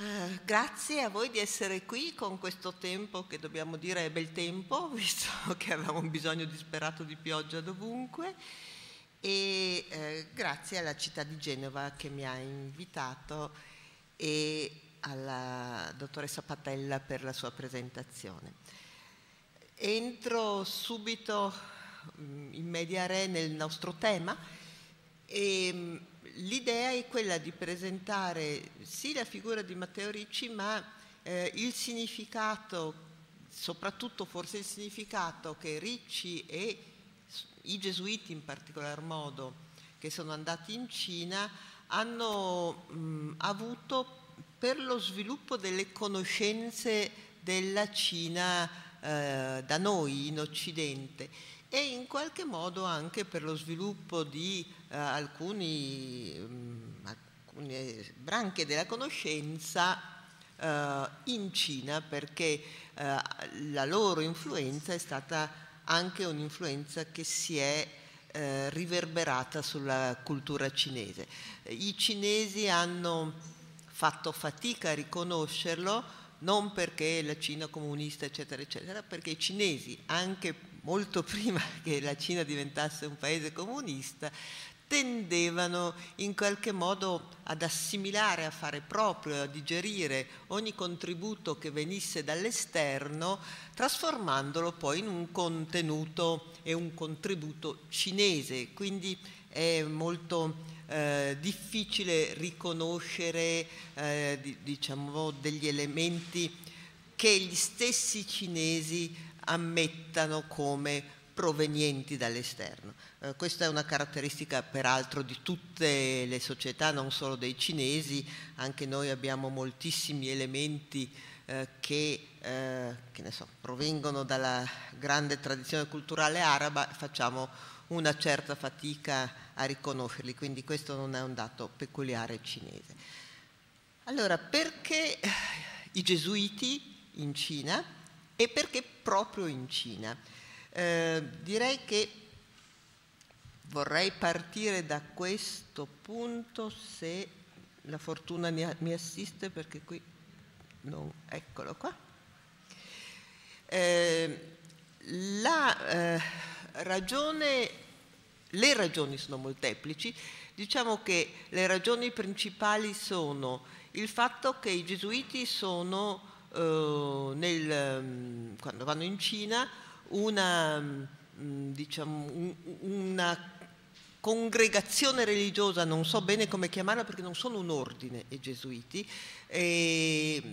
Grazie a voi di essere qui con questo tempo che dobbiamo dire è bel tempo, visto che avevamo bisogno disperato di pioggia dovunque, e grazie alla città di Genova che mi ha invitato e alla dottoressa Patella per la sua presentazione. Entro subito in media re nel nostro tema e l'idea è quella di presentare sì la figura di Matteo Ricci, ma il significato, soprattutto forse il significato che Ricci e i gesuiti in particolar modo che sono andati in Cina hanno avuto per lo sviluppo delle conoscenze della Cina da noi in Occidente e in qualche modo anche per lo sviluppo di alcune branche della conoscenza in Cina, perché la loro influenza è stata anche un'influenza che si è riverberata sulla cultura cinese. I cinesi hanno fatto fatica a riconoscerlo, non perché la Cina comunista eccetera eccetera, perché i cinesi anche molto prima che la Cina diventasse un paese comunista tendevano in qualche modo ad assimilare, a fare proprio, a digerire ogni contributo che venisse dall'esterno, trasformandolo poi in un contenuto e un contributo cinese. Quindi è molto difficile riconoscere diciamo degli elementi che gli stessi cinesi ammettano come provenienti dall'esterno. Questa è una caratteristica peraltro di tutte le società, non solo dei cinesi. Anche noi abbiamo moltissimi elementi che ne so, provengono dalla grande tradizione culturale araba, facciamo una certa fatica a riconoscerli, quindi questo non è un dato peculiare cinese. Allora, perché i gesuiti in Cina e perché proprio in Cina? Direi che vorrei partire da questo punto, se la fortuna mi assiste, perché qui non, eccolo qua. Le ragioni sono molteplici. Diciamo che le ragioni principali sono il fatto che i gesuiti sono, quando vanno in Cina, una congregazione religiosa, non so bene come chiamarla perché non sono un ordine, i gesuiti, che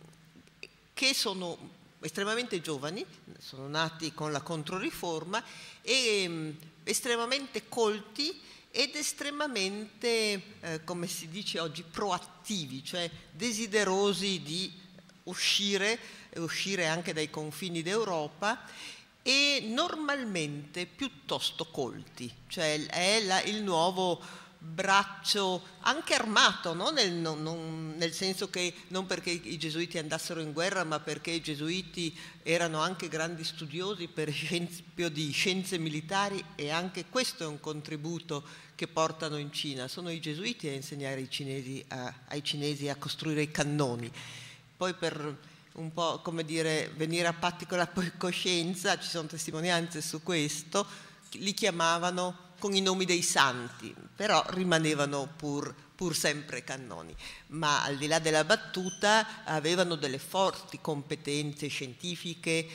sono estremamente giovani, sono nati con la Controriforma e estremamente colti ed estremamente, come si dice oggi, proattivi, cioè desiderosi di uscire anche dai confini d'Europa e normalmente piuttosto colti, cioè è il nuovo braccio anche armato, no? Nel senso che non perché i gesuiti andassero in guerra, ma perché i gesuiti erano anche grandi studiosi, per esempio di scienze militari, e anche questo è un contributo che portano in Cina. Sono i gesuiti a insegnare ai cinesi a costruire i cannoni. Poi per un po', come dire, venire a patti con la coscienza, ci sono testimonianze su questo, li chiamavano con i nomi dei santi, però rimanevano pur sempre cannoni. Ma al di là della battuta avevano delle forti competenze scientifiche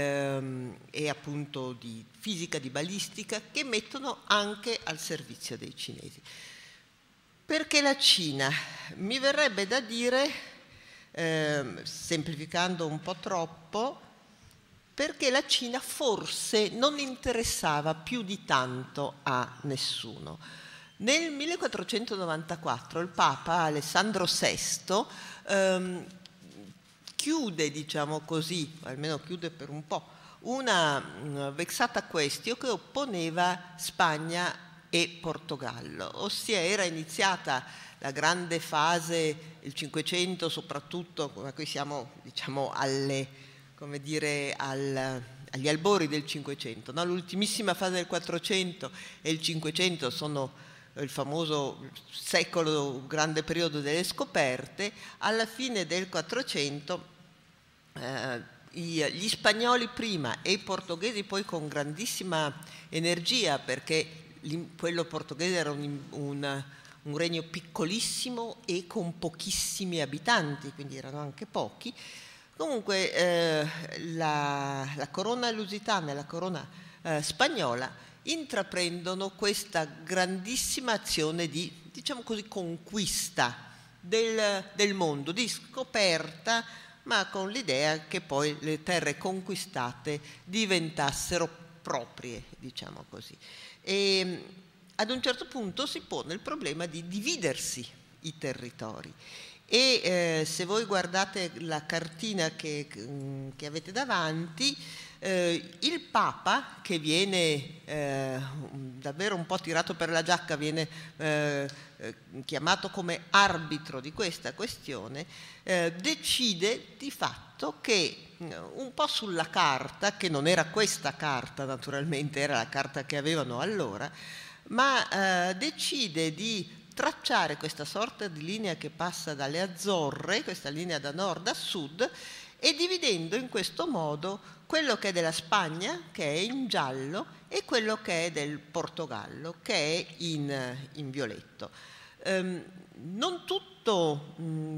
e appunto di fisica, di balistica, che mettono anche al servizio dei cinesi. Perché la Cina? Mi verrebbe da dire, semplificando un po' troppo, perché la Cina forse non interessava più di tanto a nessuno. Nel 1494 il Papa Alessandro VI chiude, diciamo così, almeno chiude per un po', una vexata quaestio che opponeva Spagna e Portogallo, ossia era iniziata la grande fase, il Cinquecento soprattutto, qui siamo diciamo come dire, agli albori del Cinquecento, no? L'ultimissima fase del Quattrocento e il Cinquecento sono il famoso secolo, grande periodo delle scoperte, alla fine del 400 gli spagnoli prima e i portoghesi poi con grandissima energia, perché quello portoghese era un regno piccolissimo e con pochissimi abitanti, quindi erano anche pochi. Comunque la corona lusitana e la corona spagnola intraprendono questa grandissima azione di, diciamo così, conquista del mondo, di scoperta, ma con l'idea che poi le terre conquistate diventassero proprie, diciamo così. E ad un certo punto si pone il problema di dividersi i territori. E se voi guardate la cartina che avete davanti, il Papa, che viene davvero un po' tirato per la giacca, viene chiamato come arbitro di questa questione, decide di fatto che un po' sulla carta, che non era questa carta naturalmente, era la carta che avevano allora, ma decide di tracciare questa sorta di linea che passa dalle Azzorre, questa linea da nord a sud, e dividendo in questo modo quello che è della Spagna, che è in giallo, e quello che è del Portogallo, che è in violetto. Non tutto,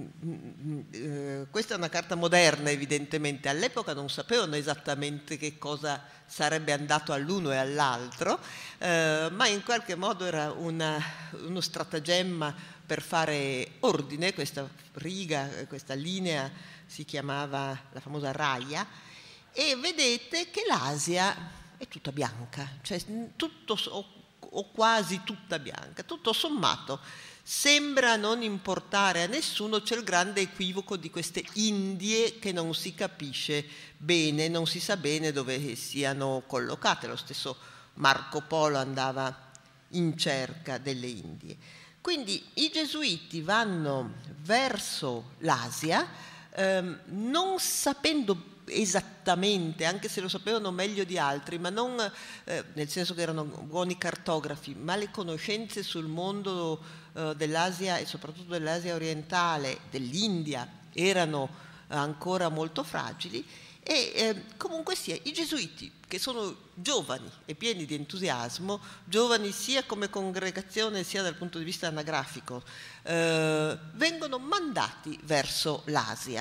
questa è una carta moderna evidentemente, all'epoca non sapevano esattamente che cosa sarebbe andato all'uno e all'altro, ma in qualche modo era uno stratagemma per fare ordine. Questa riga, questa linea si chiamava la famosa Raia, e vedete che l'Asia è tutta bianca, cioè tutto o quasi tutta bianca, tutto sommato sembra non importare a nessuno. C'è il grande equivoco di queste Indie che non si capisce bene, non si sa bene dove siano collocate. Lo stesso Marco Polo andava in cerca delle Indie. Quindi i gesuiti vanno verso l'Asia, non sapendo esattamente, anche se lo sapevano meglio di altri, ma non nel senso che erano buoni cartografi, ma le conoscenze sul mondo dell'Asia e soprattutto dell'Asia orientale, dell'India, erano ancora molto fragili. E comunque sia, i gesuiti, che sono giovani e pieni di entusiasmo, giovani sia come congregazione sia dal punto di vista anagrafico, vengono mandati verso l'Asia,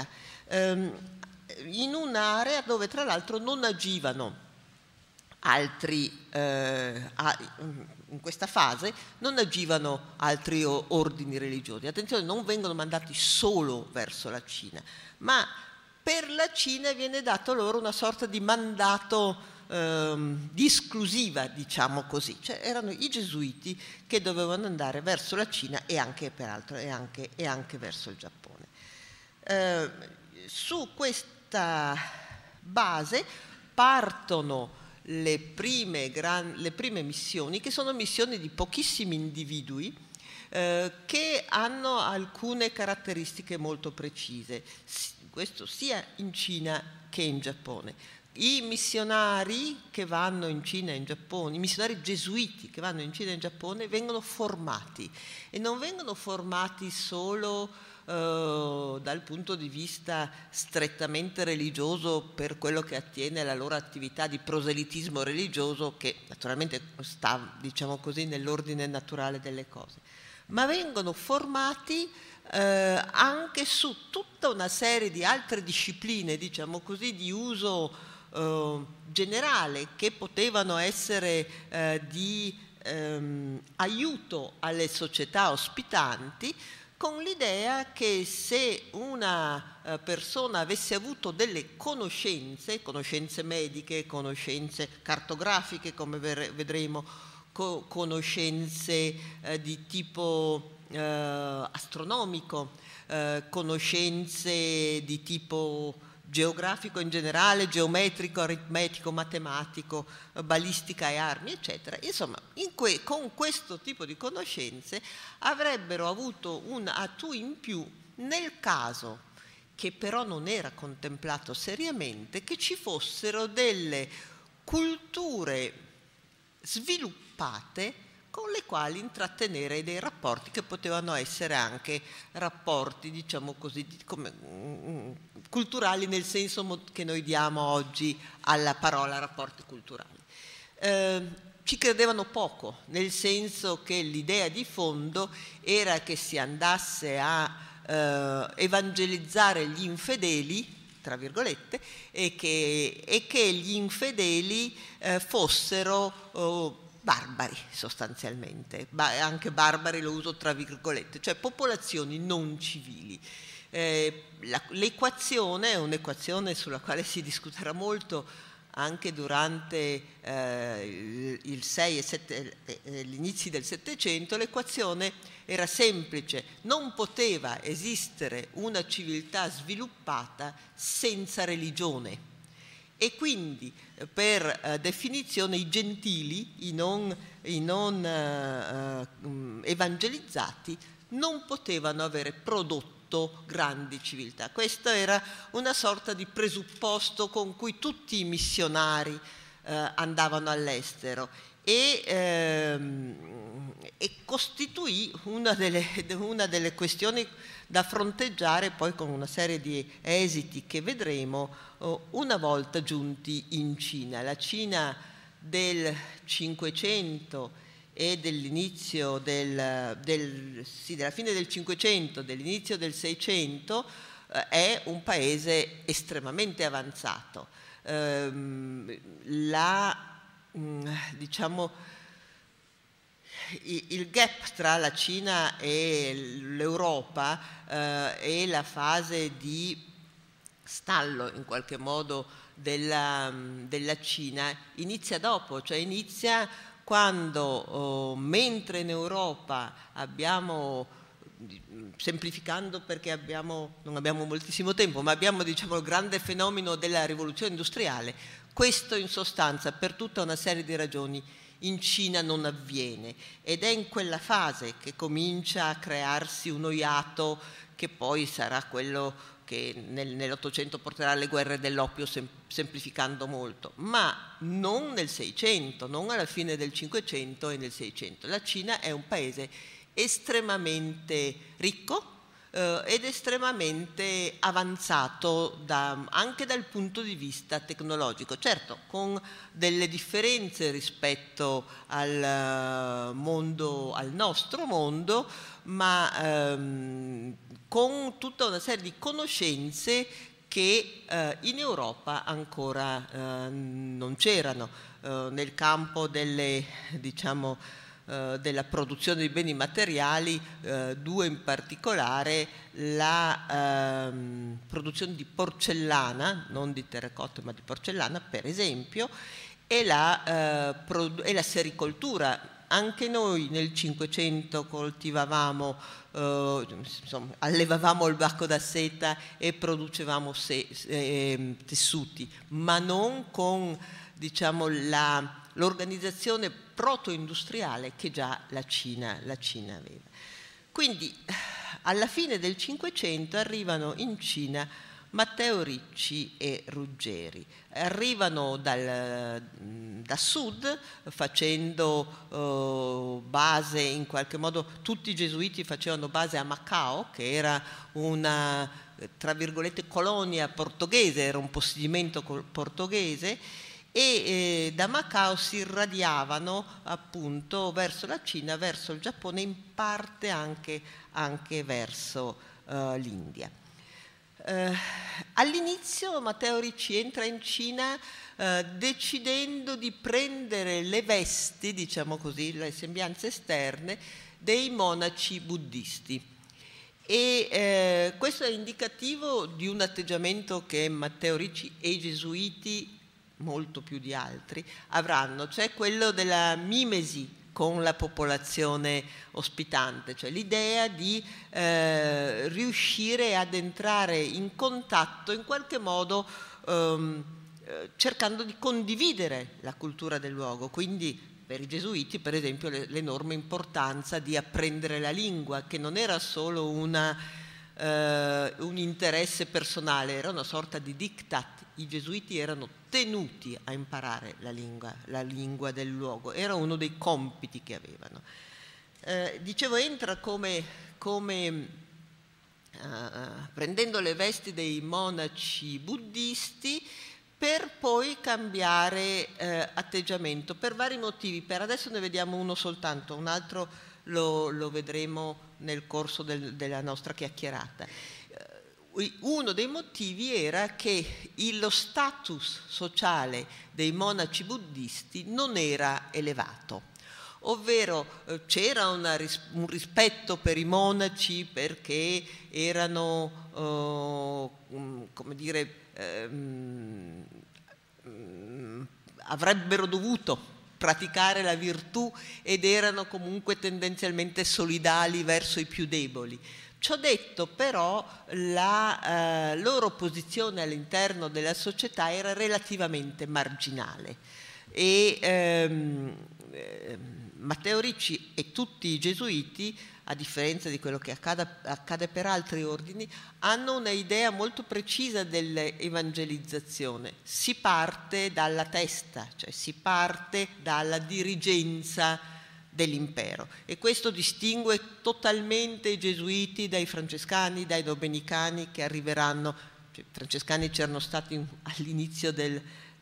in un'area dove tra l'altro non agivano altri, in questa fase non agivano altri ordini religiosi. Attenzione, non vengono mandati solo verso la Cina, ma per la Cina viene dato loro una sorta di mandato di esclusiva, diciamo così. Cioè erano i gesuiti che dovevano andare verso la Cina e anche, peraltro, e anche verso il Giappone. Su questa base partono le prime missioni, che sono missioni di pochissimi individui, che hanno alcune caratteristiche molto precise, questo sia in Cina che in Giappone. I missionari che vanno in Cina e in Giappone, i missionari gesuiti che vanno in Cina e in Giappone vengono formati, e non vengono formati solo dal punto di vista strettamente religioso, per quello che attiene alla loro attività di proselitismo religioso, che naturalmente sta, diciamo così, nell'ordine naturale delle cose, ma vengono formati anche su tutta una serie di altre discipline, diciamo così, di uso generale, che potevano essere di aiuto alle società ospitanti, con l'idea che se una persona avesse avuto delle conoscenze mediche, conoscenze cartografiche, come vedremo, conoscenze di tipo astronomico, conoscenze di tipo geografico in generale, geometrico, aritmetico, matematico, balistica e armi, eccetera. Insomma, con questo tipo di conoscenze avrebbero avuto un atu in più nel caso, che però non era contemplato seriamente, che ci fossero delle culture sviluppate con le quali intrattenere dei rapporti che potevano essere anche rapporti, diciamo così, culturali nel senso che noi diamo oggi alla parola rapporti culturali. Ci credevano poco, nel senso che l'idea di fondo era che si andasse a evangelizzare gli infedeli, tra virgolette, e che gli infedeli fossero barbari sostanzialmente, anche barbari lo uso tra virgolette, cioè popolazioni non civili. L'equazione è un'equazione sulla quale si discuterà molto anche durante il 6 e 7, gli inizi del Settecento. L'equazione era semplice: non poteva esistere una civiltà sviluppata senza religione, e quindi per definizione i gentili, i non evangelizzati, non potevano avere prodotto grandi civiltà. Questo era una sorta di presupposto con cui tutti i missionari andavano all'estero, e costituì una delle questioni da fronteggiare poi con una serie di esiti che vedremo una volta giunti in Cina. La Cina del Cinquecento e dell'inizio della fine del Cinquecento, dell'inizio del Seicento, è un paese estremamente avanzato. Diciamo, il gap tra la Cina e l'Europa e la fase di stallo in qualche modo della Cina inizia dopo, cioè inizia quando, mentre in Europa abbiamo, semplificando perché non abbiamo moltissimo tempo, ma abbiamo, diciamo, il grande fenomeno della rivoluzione industriale, questo in sostanza per tutta una serie di ragioni in Cina non avviene, ed è in quella fase che comincia a crearsi uno iato che poi sarà quello che nell'Ottocento porterà alle guerre dell'oppio, semplificando molto, ma non nel Seicento, non alla fine del Cinquecento e nel Seicento. La Cina è un paese estremamente ricco ed estremamente avanzato anche dal punto di vista tecnologico, certo con delle differenze rispetto al nostro mondo, ma con tutta una serie di conoscenze che in Europa ancora non c'erano. Nel campo della produzione di beni materiali, due in particolare: la produzione di porcellana, non di terracotta ma di porcellana per esempio, e la sericoltura. Anche noi nel Cinquecento coltivavamo, allevavamo il bacco da seta e producevamo tessuti, ma non con, diciamo, l'organizzazione proto-industriale che già la Cina aveva. Quindi alla fine del Cinquecento arrivano in Cina Matteo Ricci e Ruggeri. Arrivano da sud facendo base, in qualche modo tutti i gesuiti facevano base a Macao, che era una, tra virgolette, colonia portoghese, era un possedimento portoghese, e da Macao si irradiavano appunto verso la Cina, verso il Giappone, in parte anche verso l'India. All'inizio Matteo Ricci entra in Cina decidendo di prendere le vesti, diciamo così, le sembianze esterne dei monaci buddisti, e questo è indicativo di un atteggiamento che Matteo Ricci e i gesuiti, molto più di altri, avranno, cioè quello della mimesi con la popolazione ospitante, cioè l'idea di riuscire ad entrare in contatto in qualche modo cercando di condividere la cultura del luogo. Quindi per i gesuiti, per esempio, l'enorme importanza di apprendere la lingua, che non era solo una un interesse personale, era una sorta di diktat. I gesuiti erano tenuti a imparare la lingua del luogo, era uno dei compiti che avevano. Dicevo, entra prendendo le vesti dei monaci buddisti, per poi cambiare atteggiamento per vari motivi. Per adesso ne vediamo uno soltanto, un altro lo vedremo nel corso della nostra chiacchierata. Uno dei motivi era che lo status sociale dei monaci buddisti non era elevato, ovvero c'era un rispetto per i monaci perché erano, come dire, avrebbero dovuto praticare la virtù ed erano comunque tendenzialmente solidali verso i più deboli. Ciò detto, però, la loro posizione all'interno della società era relativamente marginale e Matteo Ricci e tutti i gesuiti, a differenza di quello che accade per altri ordini, hanno una idea molto precisa dell'evangelizzazione. Si parte dalla testa, cioè si parte dalla dirigenza dell'impero, e questo distingue totalmente i gesuiti dai francescani, dai domenicani che arriveranno. Cioè, i francescani c'erano stati all'inizio del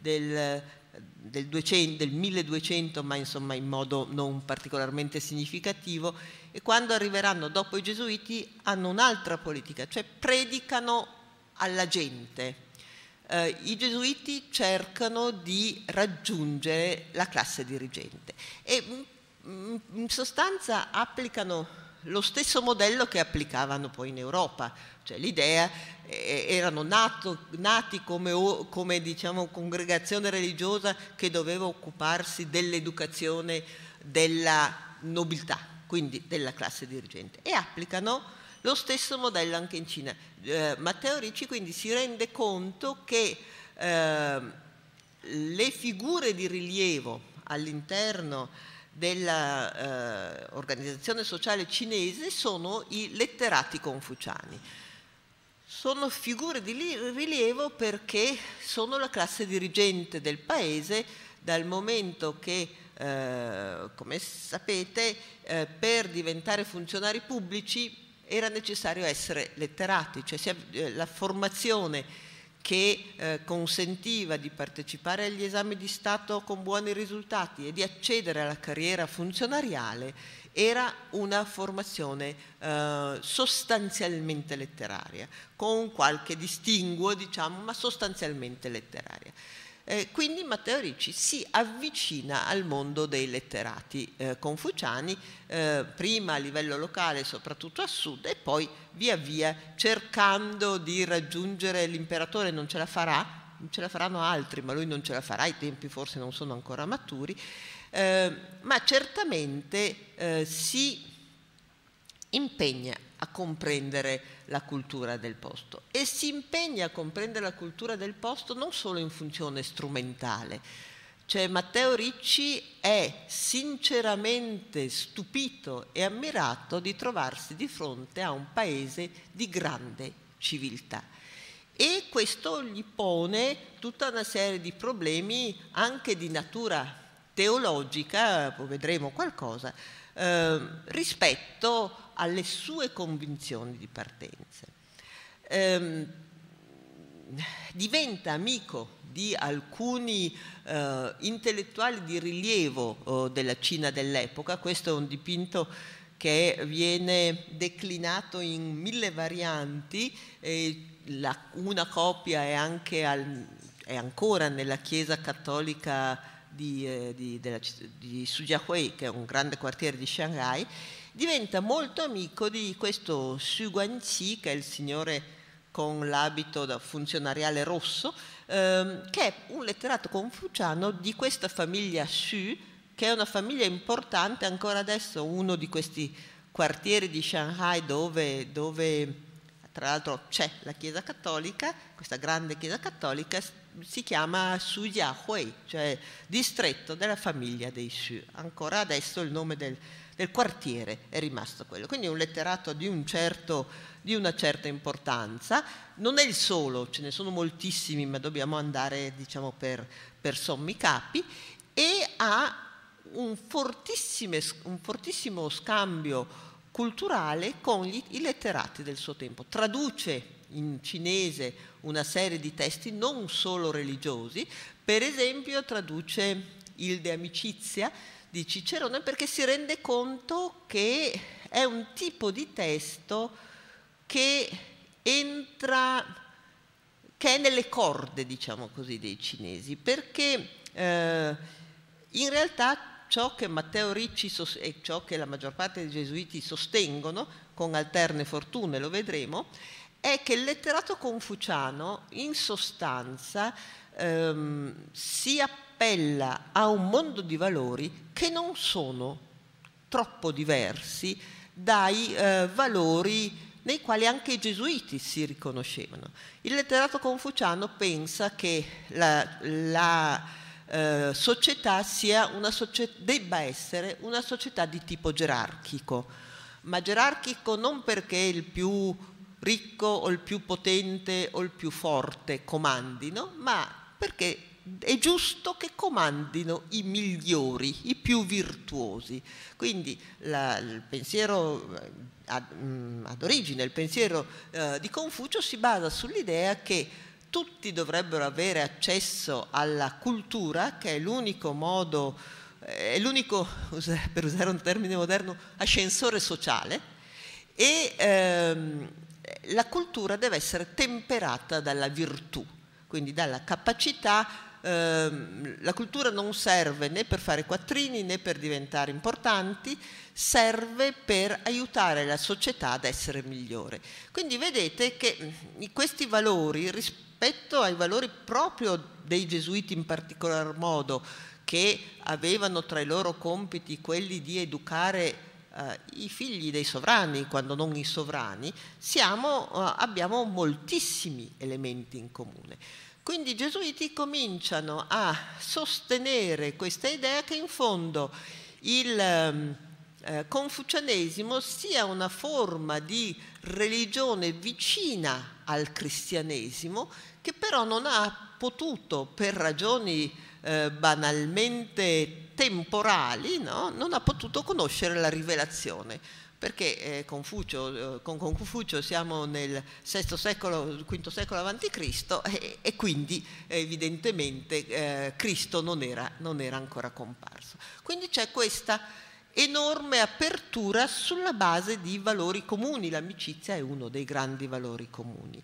1200, ma insomma in modo non particolarmente significativo, e quando arriveranno dopo i gesuiti hanno un'altra politica, cioè predicano alla gente. I gesuiti cercano di raggiungere la classe dirigente e in sostanza applicano lo stesso modello che applicavano poi in Europa, cioè l'idea, erano nati come diciamo congregazione religiosa che doveva occuparsi dell'educazione della nobiltà, quindi della classe dirigente, e applicano lo stesso modello anche in Cina. Matteo Ricci quindi si rende conto che le figure di rilievo all'interno della organizzazione sociale cinese sono i letterati confuciani. Sono figure di rilievo perché sono la classe dirigente del paese, dal momento che, come sapete, per diventare funzionari pubblici era necessario essere letterati, cioè la formazione che consentiva di partecipare agli esami di Stato con buoni risultati e di accedere alla carriera funzionariale era una formazione sostanzialmente letteraria, con qualche distinguo, diciamo, ma sostanzialmente letteraria. Quindi Matteo Ricci si avvicina al mondo dei letterati confuciani, prima a livello locale, soprattutto a sud, e poi via via cercando di raggiungere l'imperatore. Non ce la faranno altri, ma lui non ce la farà, i tempi forse non sono ancora maturi, ma certamente si impegna a comprendere la cultura del posto, e si impegna a comprendere la cultura del posto non solo in funzione strumentale. Cioè Matteo Ricci è sinceramente stupito e ammirato di trovarsi di fronte a un paese di grande civiltà, e questo gli pone tutta una serie di problemi anche di natura teologica, poi vedremo qualcosa, rispetto alle sue convinzioni di partenza. Diventa amico di alcuni intellettuali di rilievo della Cina dell'epoca. Questo è un dipinto che viene declinato in 1000 varianti, una copia è ancora nella chiesa cattolica di Sujiahui, che è un grande quartiere di Shanghai. Diventa molto amico di questo Xu Guangqi, che è il signore con l'abito da funzionariale rosso, che è un letterato confuciano di questa famiglia Xu, che è una famiglia importante ancora adesso, uno di questi quartieri di Shanghai dove tra l'altro c'è la Chiesa Cattolica, questa grande Chiesa Cattolica si chiama Suyahui, cioè distretto della famiglia dei Shu. Ancora adesso il nome del quartiere è rimasto quello. Quindi è un letterato di una certa importanza. Non è il solo, ce ne sono moltissimi, ma dobbiamo andare, diciamo, per sommi capi, e ha un fortissimo scambio culturale con i letterati del suo tempo. Traduce in cinese una serie di testi non solo religiosi, per esempio traduce il De Amicizia di Cicerone, perché si rende conto che è un tipo di testo che entra, che è nelle corde, diciamo così, dei cinesi, perché in realtà ciò che Matteo Ricci e ciò che la maggior parte dei gesuiti sostengono, con alterne fortune, lo vedremo, è che il letterato confuciano in sostanza si appella a un mondo di valori che non sono troppo diversi dai valori nei quali anche i gesuiti si riconoscevano. Il letterato confuciano pensa che la società debba essere una società di tipo gerarchico, ma gerarchico non perché il più ricco o il più potente o il più forte comandino, ma perché è giusto che comandino i migliori, i più virtuosi. Quindi il pensiero ad origine, il pensiero di Confucio si basa sull'idea che tutti dovrebbero avere accesso alla cultura, che è l'unico modo, è l'unico, per usare un termine moderno, ascensore sociale, e la cultura deve essere temperata dalla virtù, quindi dalla capacità. La cultura non serve né per fare quattrini né per diventare importanti, serve per aiutare la società ad essere migliore. Quindi vedete che questi valori, rispetto ai valori proprio dei gesuiti in particolar modo, che avevano tra i loro compiti quelli di educare i figli dei sovrani, quando non i sovrani, abbiamo moltissimi elementi in comune. Quindi i gesuiti cominciano a sostenere questa idea che in fondo il confucianesimo sia una forma di religione vicina al cristianesimo, che però non ha potuto, per ragioni banalmente temporali, no? Non ha potuto conoscere la rivelazione, perché con Confucio siamo nel VI secolo, V secolo a.C. e quindi evidentemente Cristo non era ancora comparso. Quindi c'è questa enorme apertura sulla base di valori comuni. L'amicizia è uno dei grandi valori comuni.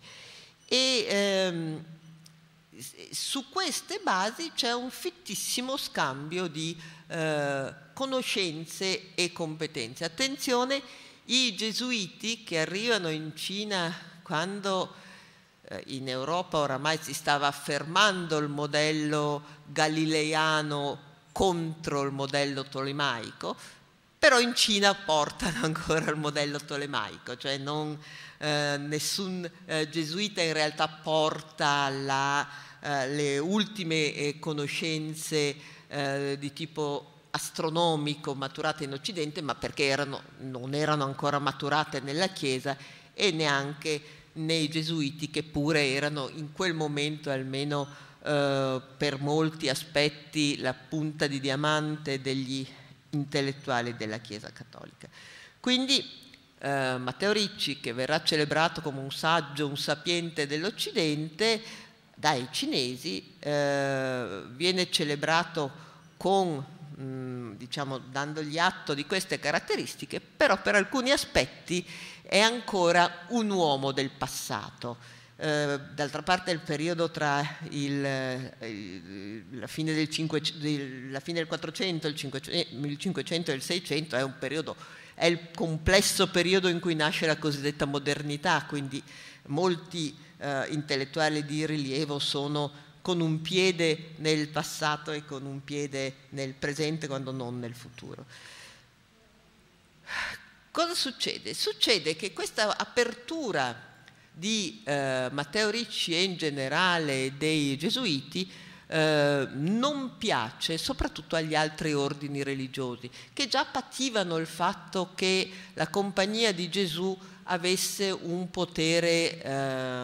E su queste basi c'è un fittissimo scambio di conoscenze e competenze. Attenzione, i gesuiti che arrivano in Cina quando in Europa oramai si stava affermando il modello galileiano contro il modello tolemaico, però in Cina portano ancora il modello tolemaico, cioè nessun gesuita in realtà porta le ultime conoscenze di tipo astronomico maturate in Occidente, ma perché non erano ancora maturate nella Chiesa e neanche nei gesuiti, che pure erano in quel momento almeno per molti aspetti la punta di diamante degli intellettuali della Chiesa Cattolica. Quindi Matteo Ricci, che verrà celebrato come un saggio, un sapiente dell'Occidente, dai cinesi viene celebrato diciamo, dandogli atto di queste caratteristiche, però per alcuni aspetti è ancora un uomo del passato. D'altra parte il periodo tra la fine del 400, il 500 e il 600 è un periodo, è il complesso periodo in cui nasce la cosiddetta modernità, quindi molti intellettuali di rilievo sono con un piede nel passato e con un piede nel presente, quando non nel futuro. Cosa succede? Succede che questa apertura di Matteo Ricci e in generale dei Gesuiti non piace soprattutto agli altri ordini religiosi, che già pativano il fatto che la Compagnia di Gesù avesse un potere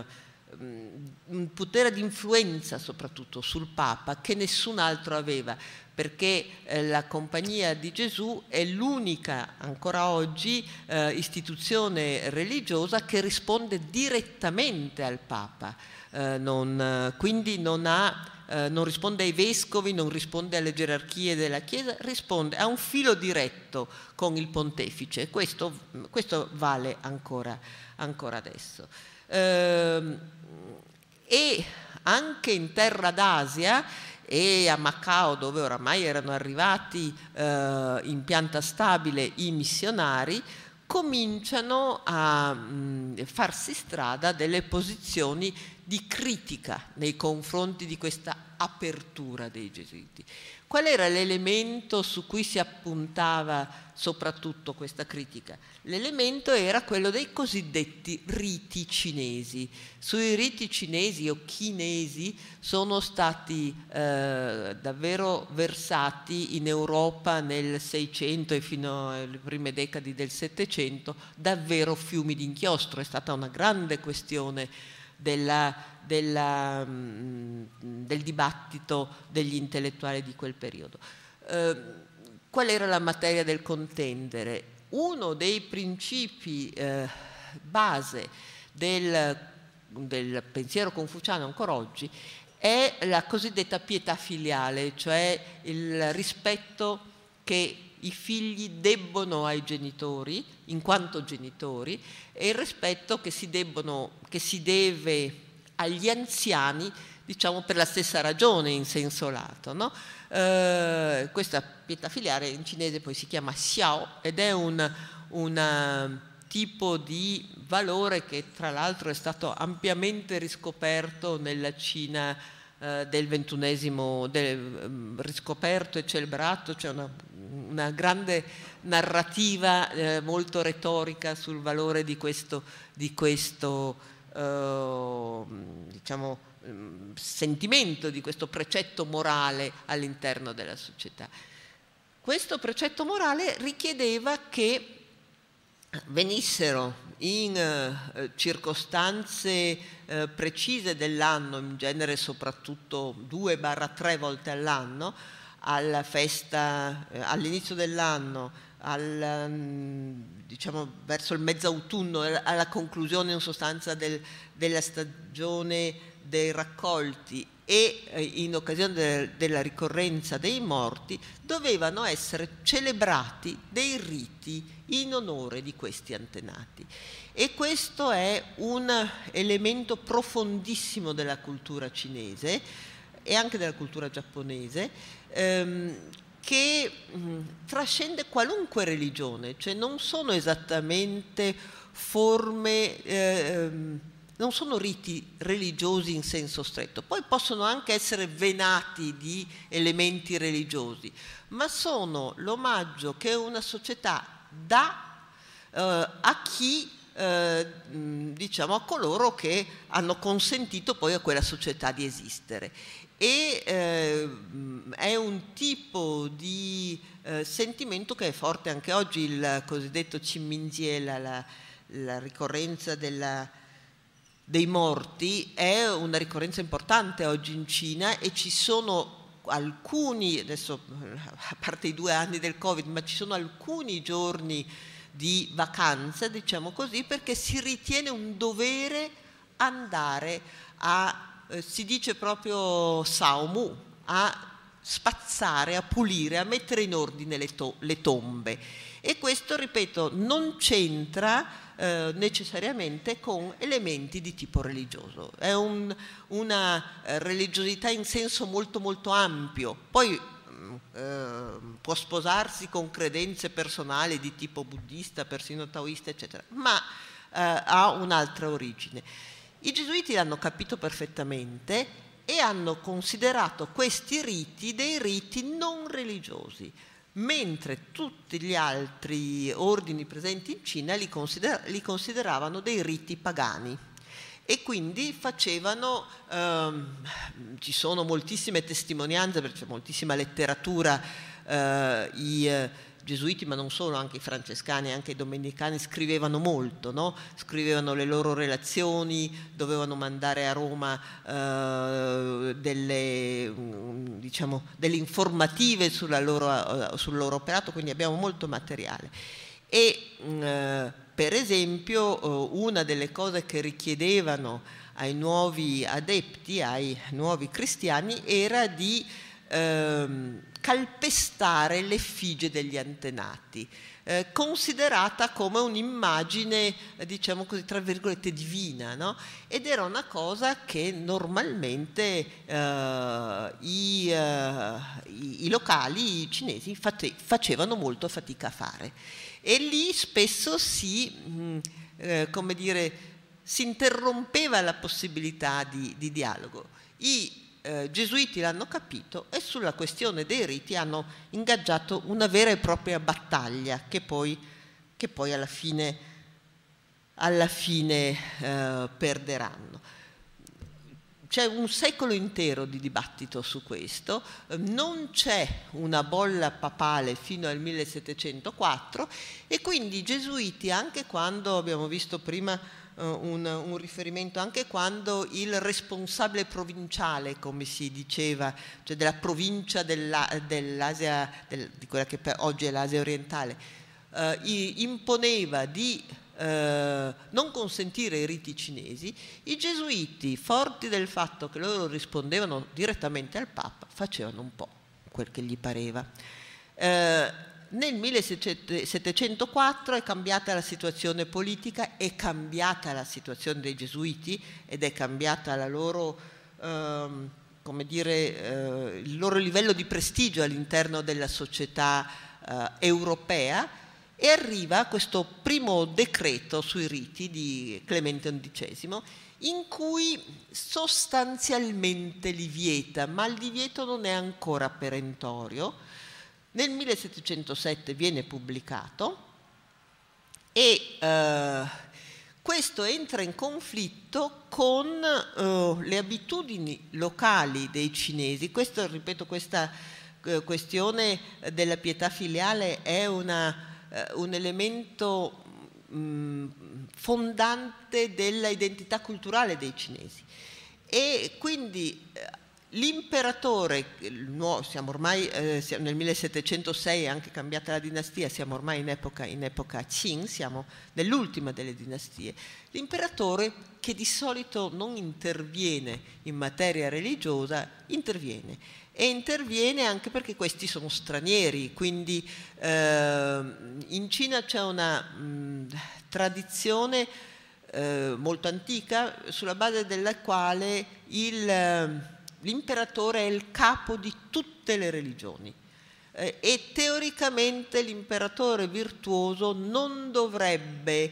di influenza soprattutto sul Papa che nessun altro aveva, perché la Compagnia di Gesù è l'unica ancora oggi istituzione religiosa che risponde direttamente al Papa, quindi non risponde ai vescovi, non risponde alle gerarchie della Chiesa, risponde a un filo diretto con il pontefice. Questo vale ancora adesso. E anche in terra d'Asia e a Macao, dove oramai erano arrivati in pianta stabile i missionari, cominciano a farsi strada delle posizioni di critica nei confronti di questa apertura dei gesuiti. Qual era l'elemento su cui si appuntava soprattutto questa critica? L'elemento era quello dei cosiddetti riti cinesi. Sui riti cinesi o chinesi sono stati davvero versati in Europa nel 600 e fino alle prime decadi del 700 davvero fiumi di inchiostro. È stata una grande questione del dibattito degli intellettuali di quel periodo. Qual era la materia del contendere? Uno dei principi base del pensiero confuciano ancora oggi è la cosiddetta pietà filiale, cioè il rispetto che i figli debbono ai genitori in quanto genitori e il rispetto che si deve agli anziani, diciamo per la stessa ragione in senso lato, no? Questa pietà filiale in cinese poi si chiama xiao ed è un tipo di valore che tra l'altro è stato ampiamente riscoperto nella Cina del XXI, riscoperto e celebrato. C'è una grande narrativa molto retorica sul valore di questo diciamo, sentimento, di questo precetto morale all'interno della società. Questo precetto morale richiedeva che venissero in circostanze precise dell'anno, in genere soprattutto 2-3 volte all'anno, alla festa, all'inizio dell'anno, diciamo verso il mezz'autunno, alla conclusione in sostanza della stagione dei raccolti e in occasione della ricorrenza dei morti, dovevano essere celebrati dei riti in onore di questi antenati. E questo è un elemento profondissimo della cultura cinese e anche della cultura giapponese, che trascende qualunque religione, cioè non sono esattamente forme, non sono riti religiosi in senso stretto, poi possono anche essere venati di elementi religiosi, ma sono l'omaggio che una società dà a chi, diciamo, a coloro che hanno consentito poi a quella società di esistere. E è un tipo di sentimento che è forte anche oggi, il cosiddetto Qingminggie, la ricorrenza dei morti, è una ricorrenza importante oggi in Cina e ci sono alcuni, adesso a parte i 2 anni del Covid, ma ci sono alcuni giorni di vacanza, diciamo così, perché si ritiene un dovere andare si dice proprio Saomu, a spazzare, a pulire, a mettere in ordine le tombe. E questo, ripeto, non c'entra necessariamente con elementi di tipo religioso. È una religiosità in senso molto molto ampio. Poi può sposarsi con credenze personali di tipo buddista, persino taoista, eccetera, ma ha un'altra origine. I gesuiti l'hanno capito perfettamente e hanno considerato questi riti dei riti non religiosi, mentre tutti gli altri ordini presenti in Cina li consideravano dei riti pagani. e quindi facevano, ci sono moltissime testimonianze, perché c'è moltissima letteratura, i gesuiti, ma non solo, anche i francescani, anche i domenicani scrivevano molto, no? Scrivevano le loro relazioni, dovevano mandare a Roma delle informative sul loro operato, quindi abbiamo molto materiale. E per esempio una delle cose che richiedevano ai nuovi adepti, ai nuovi cristiani, era di calpestare l'effigie degli antenati, considerata come un'immagine, diciamo così, tra virgolette, divina, no? Ed era una cosa che normalmente i locali cinesi facevano molto fatica a fare. E lì spesso come dire, si interrompeva la possibilità di dialogo. I gesuiti l'hanno capito e sulla questione dei riti hanno ingaggiato una vera e propria battaglia che poi alla fine perderanno. C'è un secolo intero di dibattito su questo, non c'è una bolla papale fino al 1704 e quindi i gesuiti, anche quando abbiamo visto prima un riferimento, anche quando il responsabile provinciale, come si diceva, cioè della provincia dell'Asia, di quella che oggi è l'Asia orientale, imponeva di non consentire i riti cinesi, i gesuiti, forti del fatto che loro rispondevano direttamente al Papa, facevano un po' quel che gli pareva. Nel 1704 è cambiata la situazione politica, è cambiata la situazione dei gesuiti ed è cambiata la loro, come dire, il loro livello di prestigio all'interno della società europea. E arriva questo primo decreto sui riti di Clemente XI, in cui sostanzialmente li vieta, ma il divieto non è ancora perentorio. Nel 1707 viene pubblicato e questo entra in conflitto con le abitudini locali dei cinesi. Questo, ripeto, questa questione della pietà filiale è un elemento fondante della identità culturale dei cinesi e quindi l'imperatore, siamo ormai nel 1706, è anche cambiata la dinastia, siamo ormai in epoca Qing, siamo nell'ultima delle dinastie, l'imperatore, che di solito non interviene in materia religiosa, interviene. E interviene anche perché questi sono stranieri, quindi in Cina c'è una tradizione molto antica sulla base della quale l'imperatore è il capo di tutte le religioni e teoricamente l'imperatore virtuoso non dovrebbe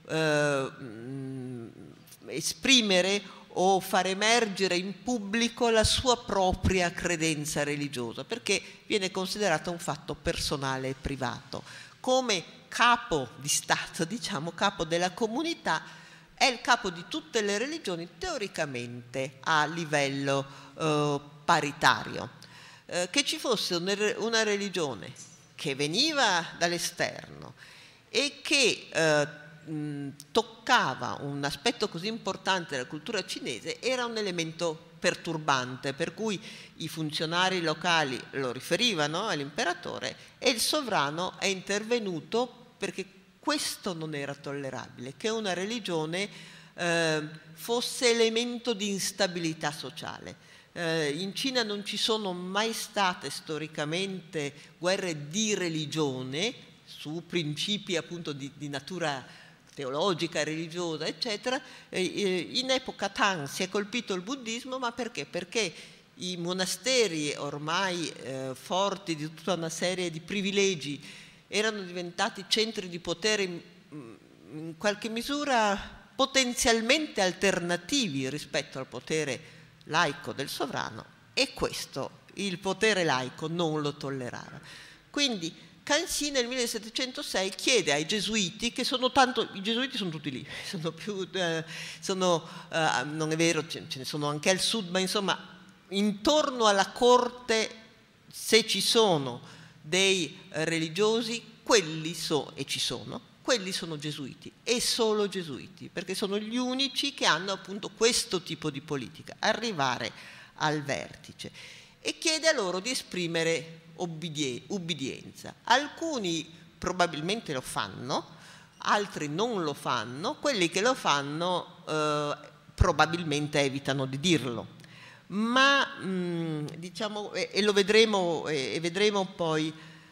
esprimere o far emergere in pubblico la sua propria credenza religiosa, perché viene considerata un fatto personale e privato. Come capo di Stato, diciamo, capo della comunità, è il capo di tutte le religioni teoricamente a livello paritario. Che ci fosse una religione che veniva dall'esterno e che toccava un aspetto così importante della cultura cinese era un elemento perturbante, per cui i funzionari locali lo riferivano all'imperatore e il sovrano è intervenuto perché questo non era tollerabile, che una religione fosse elemento di instabilità sociale. In Cina non ci sono mai state storicamente guerre di religione su principi appunto di natura teologica, religiosa, eccetera. In epoca Tang si è colpito il buddismo, ma perché? Perché i monasteri ormai forti di tutta una serie di privilegi erano diventati centri di potere in qualche misura potenzialmente alternativi rispetto al potere laico del sovrano, e questo il potere laico non lo tollerava. Quindi Cancy nel 1706 chiede ai gesuiti, che sono tanto, i gesuiti sono tutti lì, sono più, non è vero, ce ne sono anche al sud, ma insomma intorno alla corte, se ci sono dei religiosi, quelli sono gesuiti, e solo gesuiti, perché sono gli unici che hanno appunto questo tipo di politica, arrivare al vertice, e chiede a loro di esprimere ubbidienza. Alcuni probabilmente lo fanno, altri non lo fanno, quelli che lo fanno probabilmente evitano di dirlo, ma diciamo, e lo vedremo, e vedremo poi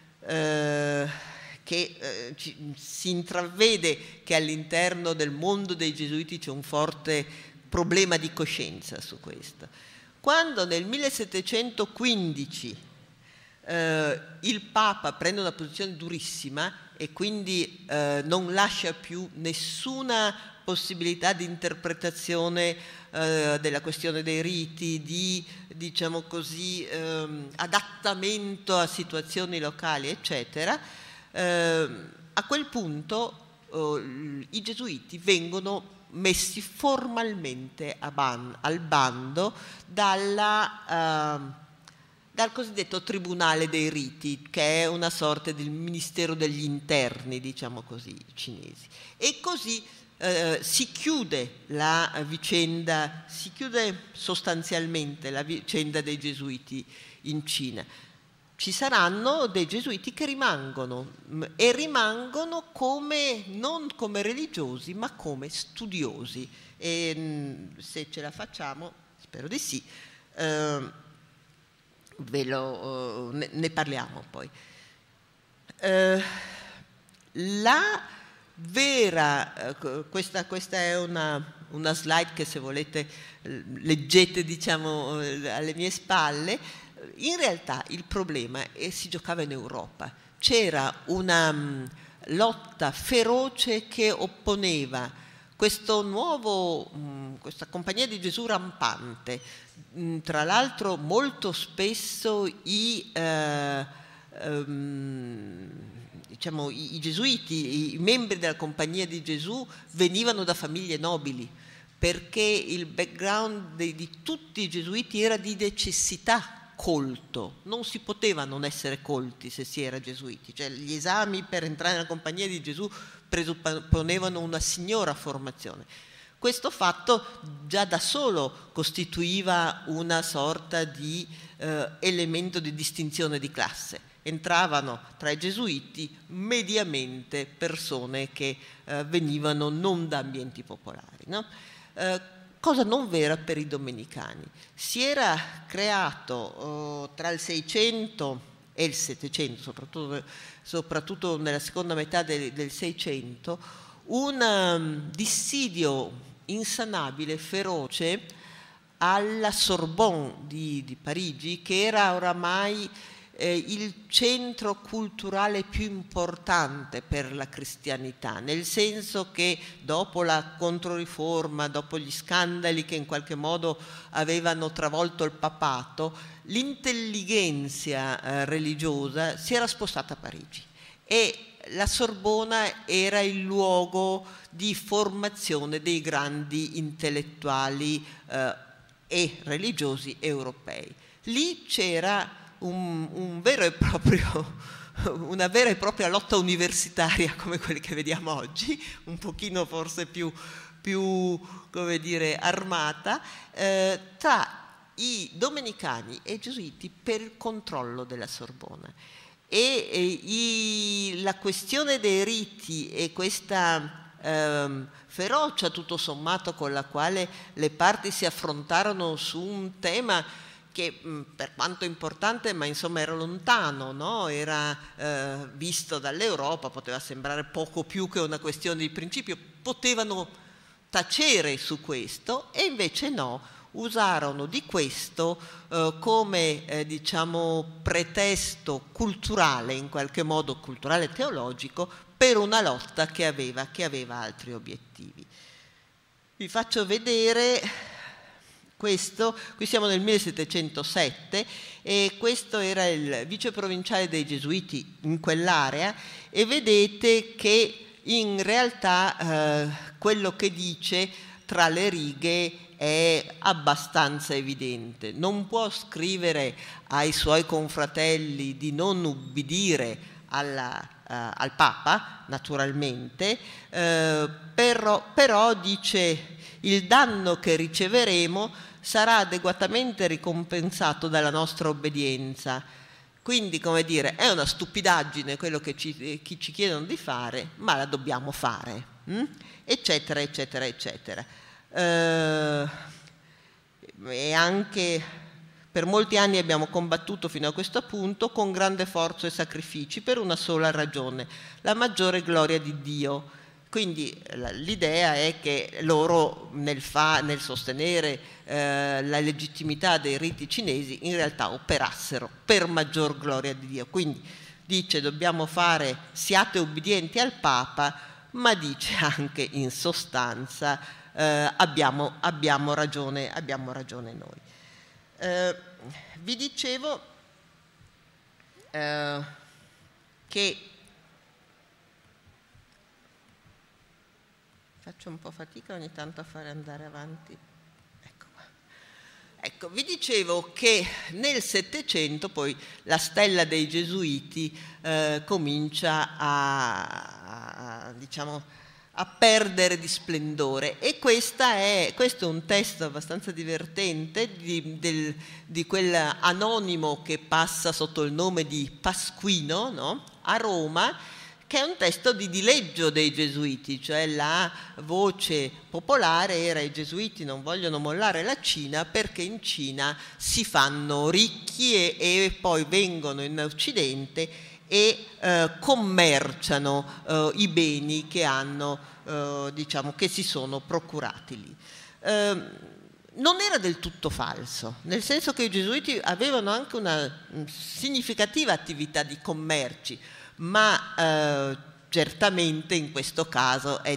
che si intravede che all'interno del mondo dei gesuiti c'è un forte problema di coscienza su questo. Quando nel 1715 il Papa prende una posizione durissima e quindi non lascia più nessuna possibilità di interpretazione della questione dei riti, di, diciamo così, adattamento a situazioni locali, eccetera, a quel punto i gesuiti vengono messi formalmente al bando dal cosiddetto Tribunale dei Riti, che è una sorta del Ministero degli Interni, diciamo così, cinesi. E così si chiude la vicenda, si chiude sostanzialmente la vicenda dei gesuiti in Cina. Ci saranno dei gesuiti che rimangono, e rimangono non come religiosi, ma come studiosi. E se ce la facciamo, spero di sì, ne parliamo poi. La vera, questa è una slide che, se volete, leggete, diciamo, alle mie spalle. In realtà il problema si giocava in Europa. C'era una lotta feroce che opponeva questa Compagnia di Gesù rampante. Tra l'altro molto spesso i gesuiti, i membri della Compagnia di Gesù, venivano da famiglie nobili, perché il background di tutti i gesuiti era di necessità, colto, non si poteva non essere colti se si era gesuiti, cioè gli esami per entrare nella Compagnia di Gesù presupponevano una signora formazione. Questo fatto già da solo costituiva una sorta di elemento di distinzione di classe. Entravano tra i gesuiti mediamente persone che venivano non da ambienti popolari, no? Cosa non vera per i domenicani. Si era creato tra il 600 e il 700, soprattutto nella seconda metà del 600, un dissidio insanabile, feroce, alla Sorbonne di Parigi, che era oramai il centro culturale più importante per la cristianità, nel senso che dopo la Controriforma, dopo gli scandali che in qualche modo avevano travolto il papato, l'intellighenzia religiosa si era spostata a Parigi, e la Sorbona era il luogo di formazione dei grandi intellettuali e religiosi europei. Lì c'era una vera e propria lotta universitaria, come quelle che vediamo oggi, un pochino forse più come dire, armata, tra i domenicani e i gesuiti per il controllo della Sorbona. E la questione dei riti e questa ferocia, tutto sommato, con la quale le parti si affrontarono su un tema che, per quanto importante, ma insomma era lontano, no? Era visto dall'Europa, poteva sembrare poco più che una questione di principio, potevano tacere su questo, e invece no, usarono di questo come diciamo pretesto culturale, in qualche modo culturale teologico, per una lotta che aveva altri obiettivi. Vi faccio vedere qui siamo nel 1707 e questo era il viceprovinciale dei Gesuiti in quell'area, e vedete che in realtà quello che dice tra le righe è abbastanza evidente. Non può scrivere ai suoi confratelli di non ubbidire al Papa, naturalmente, però dice: il danno che riceveremo sarà adeguatamente ricompensato dalla nostra obbedienza. Quindi, come dire, è una stupidaggine quello che ci chiedono di fare, ma la dobbiamo fare, eccetera, eccetera, eccetera. E anche per molti anni abbiamo combattuto fino a questo punto con grande forza e sacrifici per una sola ragione: la maggiore gloria di Dio. Quindi l'idea è che loro nel sostenere la legittimità dei riti cinesi in realtà operassero per maggior gloria di Dio. Quindi dice: dobbiamo fare, siate ubbidienti al Papa, ma dice anche in sostanza abbiamo ragione noi. Vi dicevo che faccio un po' fatica ogni tanto a fare andare avanti. Ecco qua. Ecco, vi dicevo che nel Settecento poi la stella dei Gesuiti comincia a perdere di splendore, e questo è un testo abbastanza divertente di quel anonimo che passa sotto il nome di Pasquino, no? A Roma, che è un testo di dileggio dei Gesuiti, cioè la voce popolare era: i Gesuiti non vogliono mollare la Cina perché in Cina si fanno ricchi e poi vengono in Occidente e commerciano i beni che hanno, che si sono procurati lì. Non era del tutto falso, nel senso che i Gesuiti avevano anche una significativa attività di commerci, ma certamente in questo caso è,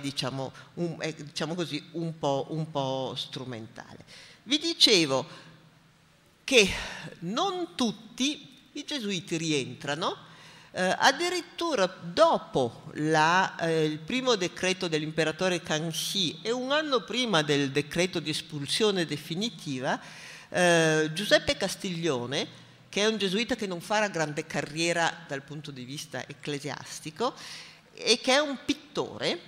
un po' strumentale. Vi dicevo che non tutti i Gesuiti rientrano. Addirittura dopo il primo decreto dell'imperatore Kangxi e un anno prima del decreto di espulsione definitiva, Giuseppe Castiglione, che è un gesuita che non fa una grande carriera dal punto di vista ecclesiastico e che è un pittore,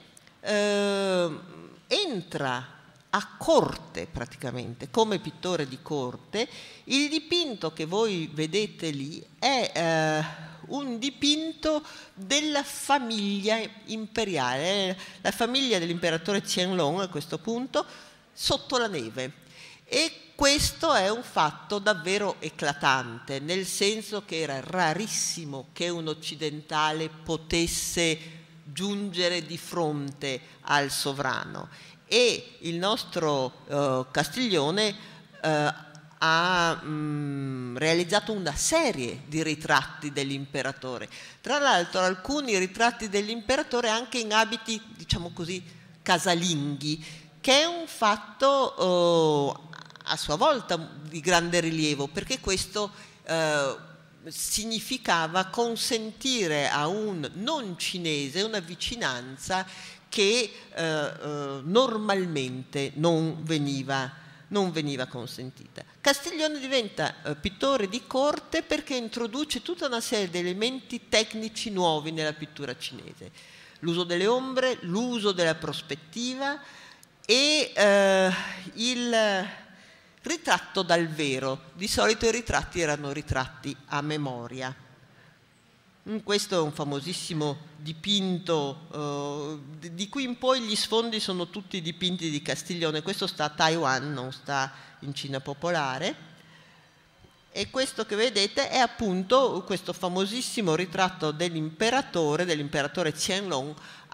entra a corte praticamente, come pittore di corte. Il dipinto che voi vedete lì è un dipinto della famiglia imperiale, la famiglia dell'imperatore Qianlong a questo punto, sotto la neve. E questo è un fatto davvero eclatante, nel senso che era rarissimo che un occidentale potesse giungere di fronte al sovrano. E il nostro Castiglione ha realizzato una serie di ritratti dell'imperatore. Tra l'altro alcuni ritratti dell'imperatore anche in abiti, diciamo così, casalinghi, che è un fatto a sua volta di grande rilievo, perché questo significava consentire a un non cinese una vicinanza che normalmente non veniva consentita. Castiglione diventa pittore di corte perché introduce tutta una serie di elementi tecnici nuovi nella pittura cinese: l'uso delle ombre, l'uso della prospettiva e il ritratto dal vero. Di solito i ritratti erano ritratti a memoria. Questo è un famosissimo dipinto, di cui in poi gli sfondi sono tutti dipinti di Castiglione. Questo sta a Taiwan, non sta in Cina popolare. E questo che vedete è appunto questo famosissimo ritratto dell'imperatore Qianlong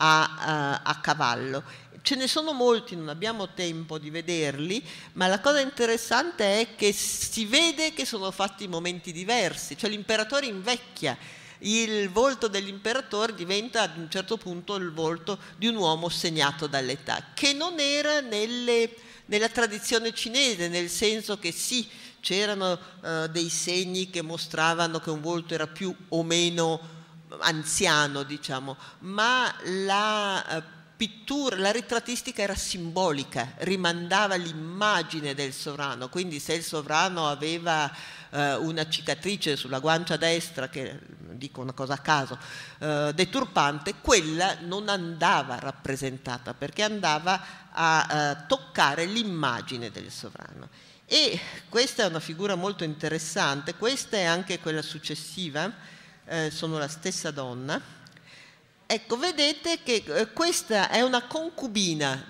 a cavallo. Ce ne sono molti, non abbiamo tempo di vederli, ma la cosa interessante è che si vede che sono fatti in momenti diversi, cioè l'imperatore invecchia. Il volto dell'imperatore diventa ad un certo punto il volto di un uomo segnato dall'età, che non era nella tradizione cinese, nel senso che sì, c'erano dei segni che mostravano che un volto era più o meno anziano, diciamo, ma la pittura, la ritrattistica era simbolica, rimandava l'immagine del sovrano, quindi se il sovrano aveva una cicatrice sulla guancia destra, che dico una cosa a caso, deturpante, quella non andava rappresentata perché andava a toccare l'immagine del sovrano. E questa è una figura molto interessante, questa è anche quella successiva, sono la stessa donna. Ecco, vedete che questa è una concubina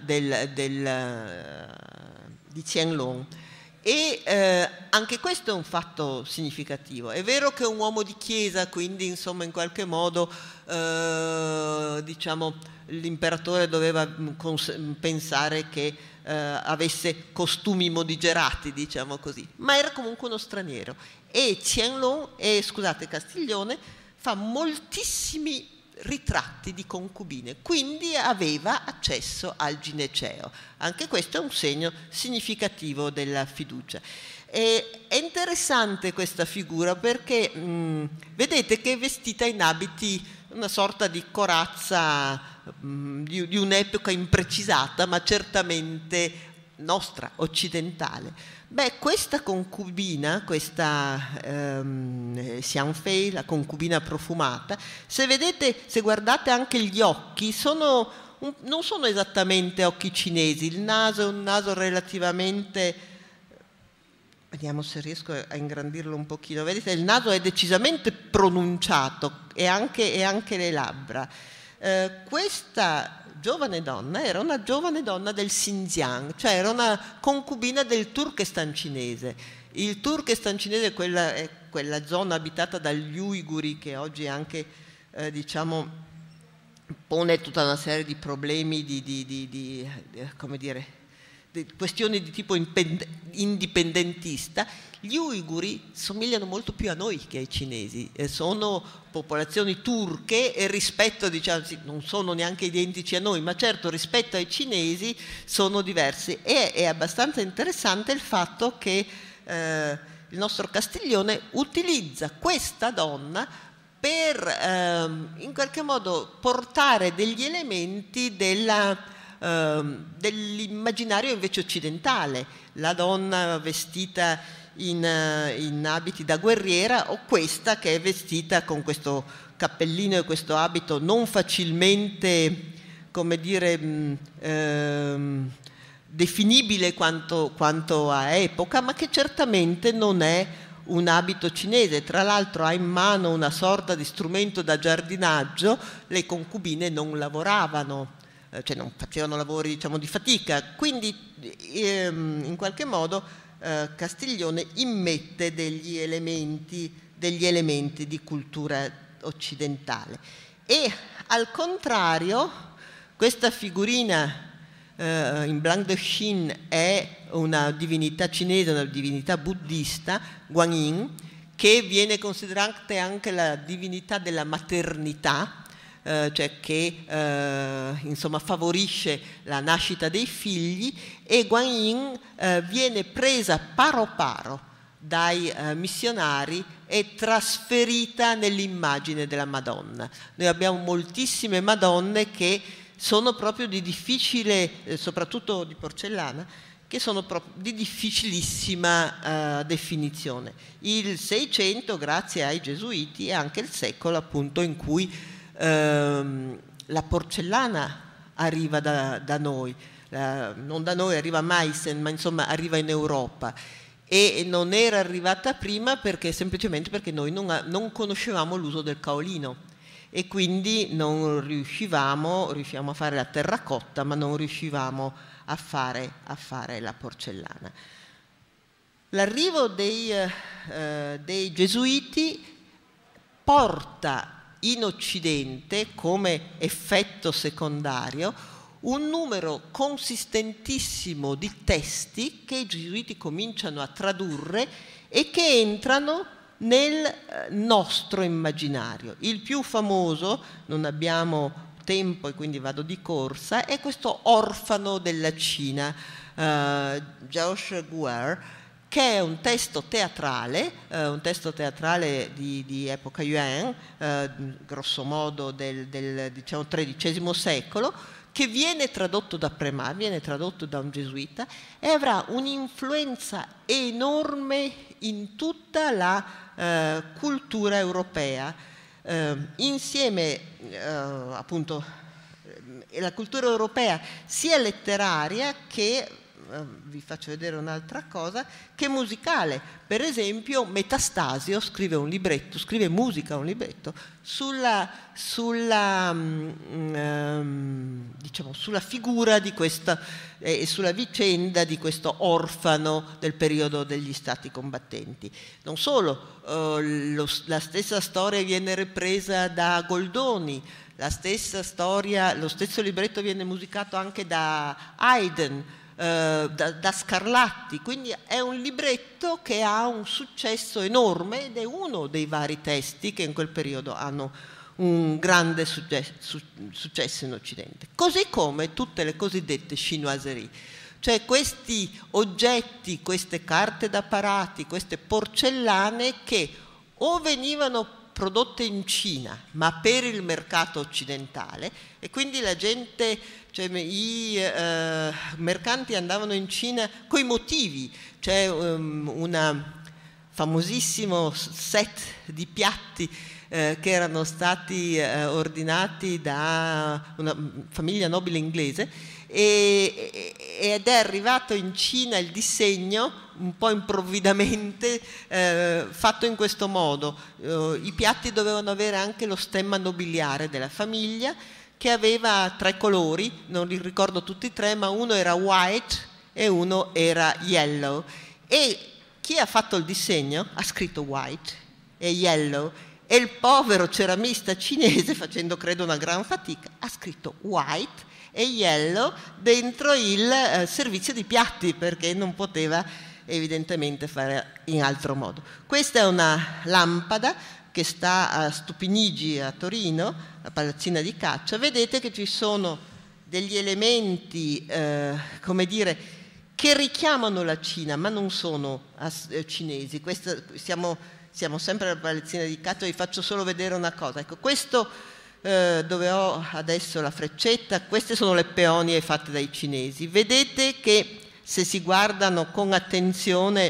di Qianlong e anche questo è un fatto significativo. È vero che è un uomo di chiesa, quindi insomma in qualche modo diciamo l'imperatore doveva pensare che avesse costumi modigerati, diciamo così, ma era comunque uno straniero. E Castiglione fa moltissimi ritratti di concubine, quindi aveva accesso al gineceo. Anche questo è un segno significativo della fiducia. È interessante questa figura perché vedete che è vestita in abiti, una sorta di corazza di un'epoca imprecisata, ma certamente nostra, occidentale. Beh, questa concubina, questa Xianfei, la concubina profumata, se guardate anche gli occhi, non sono esattamente occhi cinesi, il naso è un naso relativamente, vediamo se riesco a ingrandirlo un pochino, vedete il naso è decisamente pronunciato e anche le labbra. Questa giovane donna era una giovane donna del Xinjiang, cioè era una concubina del Turkestan cinese. Il Turkestan cinese è quella zona abitata dagli uiguri che oggi anche diciamo pone tutta una serie di problemi come dire, di questioni di tipo indipendentista. Gli uiguri somigliano molto più a noi che ai cinesi, sono popolazioni turche e rispetto, diciamo, non sono neanche identici a noi, ma certo rispetto ai cinesi sono diversi. E è abbastanza interessante il fatto che il nostro Castiglione utilizza questa donna per in qualche modo portare degli elementi dell'immaginario invece occidentale, la donna vestita in abiti da guerriera o questa che è vestita con questo cappellino e questo abito non facilmente, come dire, definibile quanto a epoca, ma che certamente non è un abito cinese. Tra l'altro ha in mano una sorta di strumento da giardinaggio, le concubine non lavoravano, cioè non facevano lavori, diciamo, di fatica, quindi in qualche modo Castiglione immette degli elementi di cultura occidentale. E al contrario questa figurina in Blanc de Chine è una divinità cinese, una divinità buddista, Guanyin, che viene considerata anche la divinità della maternità, cioè che insomma favorisce la nascita dei figli, e Guanyin viene presa paro paro dai missionari e trasferita nell'immagine della Madonna. Noi abbiamo moltissime Madonne che sono proprio di difficile, soprattutto di porcellana, che sono proprio di difficilissima definizione. Il Seicento, grazie ai Gesuiti, è anche il secolo appunto in cui la porcellana arriva da noi, non da noi, arriva a Meissen, ma insomma arriva in Europa, e non era arrivata prima semplicemente perché noi non conoscevamo l'uso del caolino e quindi non riusciamo a fare la terracotta, ma non riuscivamo a fare la porcellana. L'arrivo dei Gesuiti porta in Occidente, come effetto secondario, un numero consistentissimo di testi che i Gesuiti cominciano a tradurre e che entrano nel nostro immaginario. Il più famoso, non abbiamo tempo e quindi vado di corsa, è questo Orfano della Cina, George Guer, che è un testo teatrale di epoca Yuan, grosso modo del diciamo, XIII secolo, che viene tradotto da Prémat, viene tradotto da un gesuita e avrà un'influenza enorme in tutta la cultura europea, insieme appunto la cultura europea sia letteraria che vi faccio vedere un'altra cosa, che musicale. Per esempio Metastasio scrive un libretto, scrive musica a un libretto sulla figura di questa e sulla vicenda di questo orfano del periodo degli stati combattenti. Non solo, la stessa storia viene ripresa da Goldoni, la stessa storia, lo stesso libretto viene musicato anche da Haydn, da Scarlatti, quindi è un libretto che ha un successo enorme ed è uno dei vari testi che in quel periodo hanno un grande successo in Occidente, così come tutte le cosiddette chinoiserie, cioè questi oggetti, queste carte da parati, queste porcellane che o venivano prodotte in Cina ma per il mercato occidentale, e quindi la gente, cioè i mercanti andavano in Cina coi motivi. C'è un famosissimo set di piatti che erano stati ordinati da una famiglia nobile inglese ed è arrivato in Cina il disegno un po' improvvidamente fatto in questo modo. I piatti dovevano avere anche lo stemma nobiliare della famiglia, che aveva 3 colori, non li ricordo tutti e 3, ma uno era white e uno era yellow, e chi ha fatto il disegno ha scritto white e yellow, e il povero ceramista cinese, facendo credo una gran fatica, ha scritto white e yellow dentro il servizio di piatti, perché non poteva evidentemente fare in altro modo. Questa è una lampada che sta a Stupinigi a Torino, la palazzina di Caccia. Vedete che ci sono degli elementi, come dire, che richiamano la Cina, ma non sono cinesi. Siamo sempre alla palazzina di Caccia, vi faccio solo vedere una cosa. Ecco, questo dove ho adesso la freccetta, queste sono le peonie fatte dai cinesi. Vedete che se si guardano con attenzione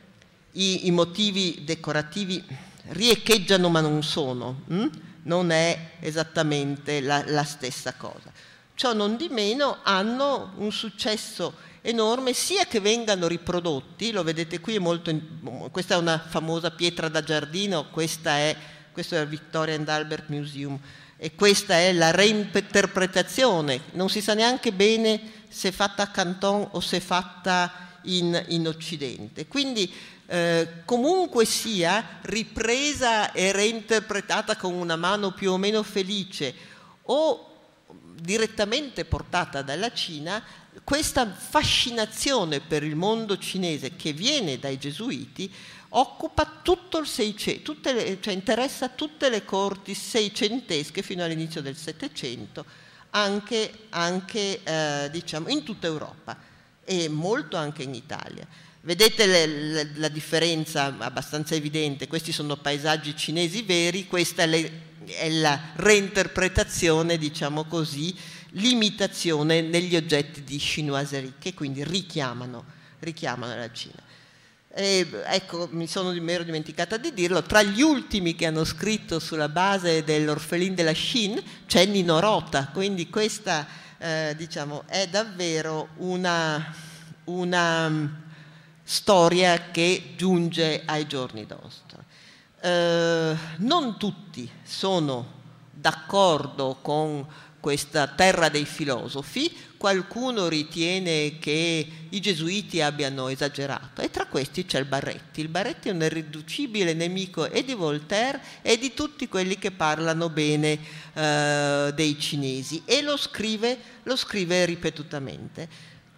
i motivi decorativi riecheggiano ma non sono, non è esattamente la stessa cosa. Ciò non di meno hanno un successo enorme, sia che vengano riprodotti, lo vedete qui, questa è una famosa pietra da giardino, questo è il Victoria and Albert Museum, e questa è la reinterpretazione, non si sa neanche bene se è fatta a Canton o se è fatta in Occidente. Quindi comunque sia ripresa e reinterpretata con una mano più o meno felice o direttamente portata dalla Cina, questa fascinazione per il mondo cinese che viene dai gesuiti occupa tutto il Seicento, cioè interessa tutte le corti seicentesche fino all'inizio del Settecento, anche diciamo in tutta Europa e molto anche in Italia. Vedete la abbastanza evidente, questi sono paesaggi cinesi veri, questa è la reinterpretazione, diciamo così, l'imitazione negli oggetti di chinoiserie che quindi richiamano la Cina. Ecco, mi ero dimenticata di dirlo, tra gli ultimi che hanno scritto sulla base dell'Orpheline de la Chine c'è Nino Rota, quindi questa diciamo è davvero una storia che giunge ai giorni nostri. Non tutti sono d'accordo con questa terra dei filosofi, qualcuno ritiene che i gesuiti abbiano esagerato, e tra questi c'è il Barretti. Il Barretti è un irriducibile nemico e di Voltaire e di tutti quelli che parlano bene dei cinesi, e lo scrive ripetutamente.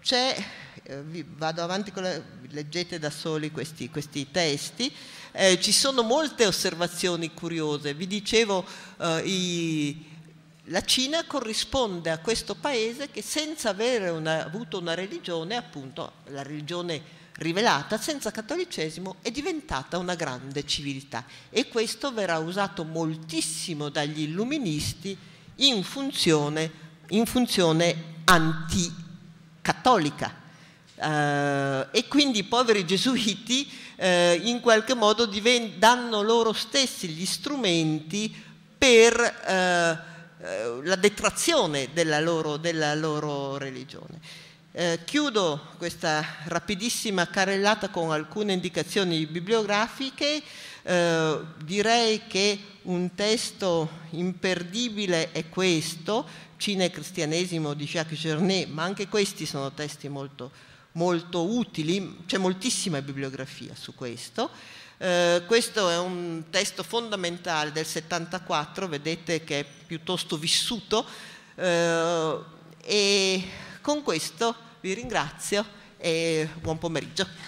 Vado avanti leggete da soli questi testi. Ci sono molte osservazioni curiose. Vi dicevo la Cina corrisponde a questo paese che senza avere avuto una religione, appunto la religione rivelata, senza cattolicesimo, è diventata una grande civiltà, e questo verrà usato moltissimo dagli illuministi in funzione anticattolica. E quindi i poveri gesuiti in qualche modo danno loro stessi gli strumenti per la detrazione della loro religione. Chiudo questa rapidissima carrellata con alcune indicazioni bibliografiche. Direi che un testo imperdibile è questo, Cina e cristianesimo di Jacques Journet, ma anche questi sono testi molto, molto utili, c'è moltissima bibliografia su questo. Questo è un testo fondamentale del 74, vedete che è piuttosto vissuto, e con questo vi ringrazio e buon pomeriggio.